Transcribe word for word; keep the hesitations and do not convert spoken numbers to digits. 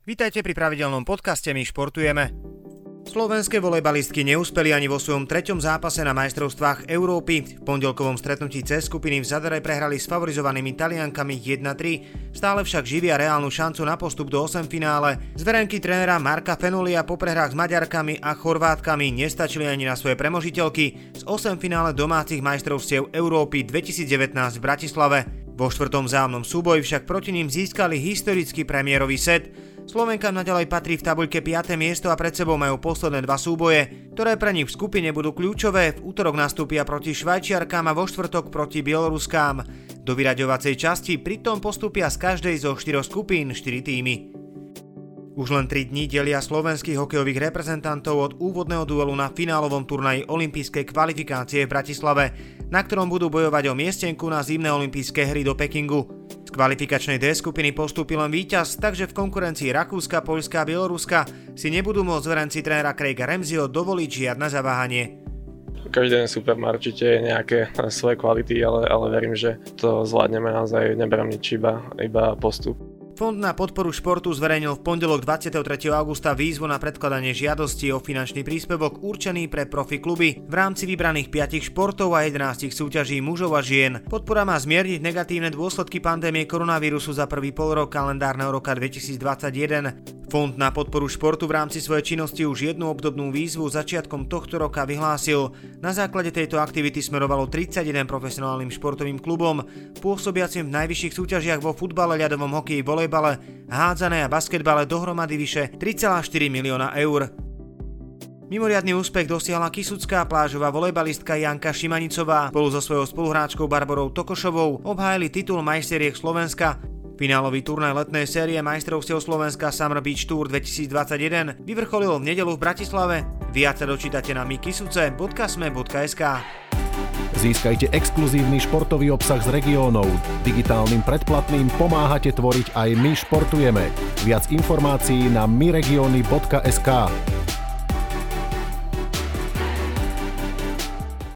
Vítajte pri pravidelnom podcaste My športujeme. Slovenské volejbalistky neúspeli ani vo svojom treťom zápase na majstrovstvách Európy. V pondelkovom stretnutí C skupiny v Zadare prehrali s favorizovanými Taliankami jeden tri, stále však živia reálnu šancu na postup do osemfinále. Zverenky trénera Marka Fenulia po prehrách s Maďarkami a Chorvátkami nestačili ani na svoje premožiteľky z osemfinále domácich majstrovstiev Európy dvetisícdevätnásť v Bratislave. Vo štvrtom vzájomnom súboji však proti ním získali historický premiérový set. Slovenka naďalej patrí v tabuľke piate miesto a pred sebou majú posledné dva súboje, ktoré pre nich v skupine budú kľúčové. V utorok nastúpia proti Švajčiarkám a vo štvrtok proti Bieloruskám. Do vyraďovacej časti pritom postúpia z každej zo štyroch skupín štyri tímy. Už len tri dni delia slovenských hokejových reprezentantov od úvodného duelu na finálovom turnaji olympijskej kvalifikácie v Bratislave, na ktorom budú bojovať o miestenku na zimné olympijské hry do Pekingu. Z kvalifikačnej D skupiny postúpil len víťaz, takže v konkurencii Rakúska, Poľska a Bieloruska si nebudú môcť zverenci trénera Craiga Ramseyho dovoliť žiadne zaváhanie. Každý den super má určite nejaké svoje kvality, ale, ale verím, že to zvládneme, naozaj neberiem nič, iba, iba postup. Fond na podporu športu zverejnil v pondelok dvadsiateho tretieho augusta výzvu na predkladanie žiadosti o finančný príspevok určený pre profi kluby v rámci vybraných piatich športov a jedenástich súťaží mužov a žien. Podpora má zmierniť negatívne dôsledky pandémie koronavírusu za prvý polrok kalendárneho roka dvetisícdvadsaťjeden. Fond na podporu športu v rámci svojej činnosti už jednu obdobnú výzvu začiatkom tohto roka vyhlásil. Na základe tejto aktivity smerovalo tridsaťjeden profesionálnym športovým klubom, pôsobiacim v najvyšších súťažiach vo futbale, ľadovom hokeji, volejbale, hádzanej a basketbale dohromady vyše tri celé štyri milióna eur. Mimoriadny úspech dosiahla kysucká plážová volejbalistka Janka Šimanicová. Spolu so svojou spoluhráčkou Barborou Tokošovou obhájili titul majsteriek Slovenska. Finálový turnaj letnej série majstrovstiev Slovenska Summer Beach Tour dvetisícdvadsaťjeden vyvrcholil v nedeľu v Bratislave. Viac sa dočítate na mykisuce bodka es em e bodka es ká. Získajte exkluzívny športový obsah z regiónov. Digitálnym predplatným pomáhate tvoriť aj My športujeme. Viac informácií na myregiony bodka es ká.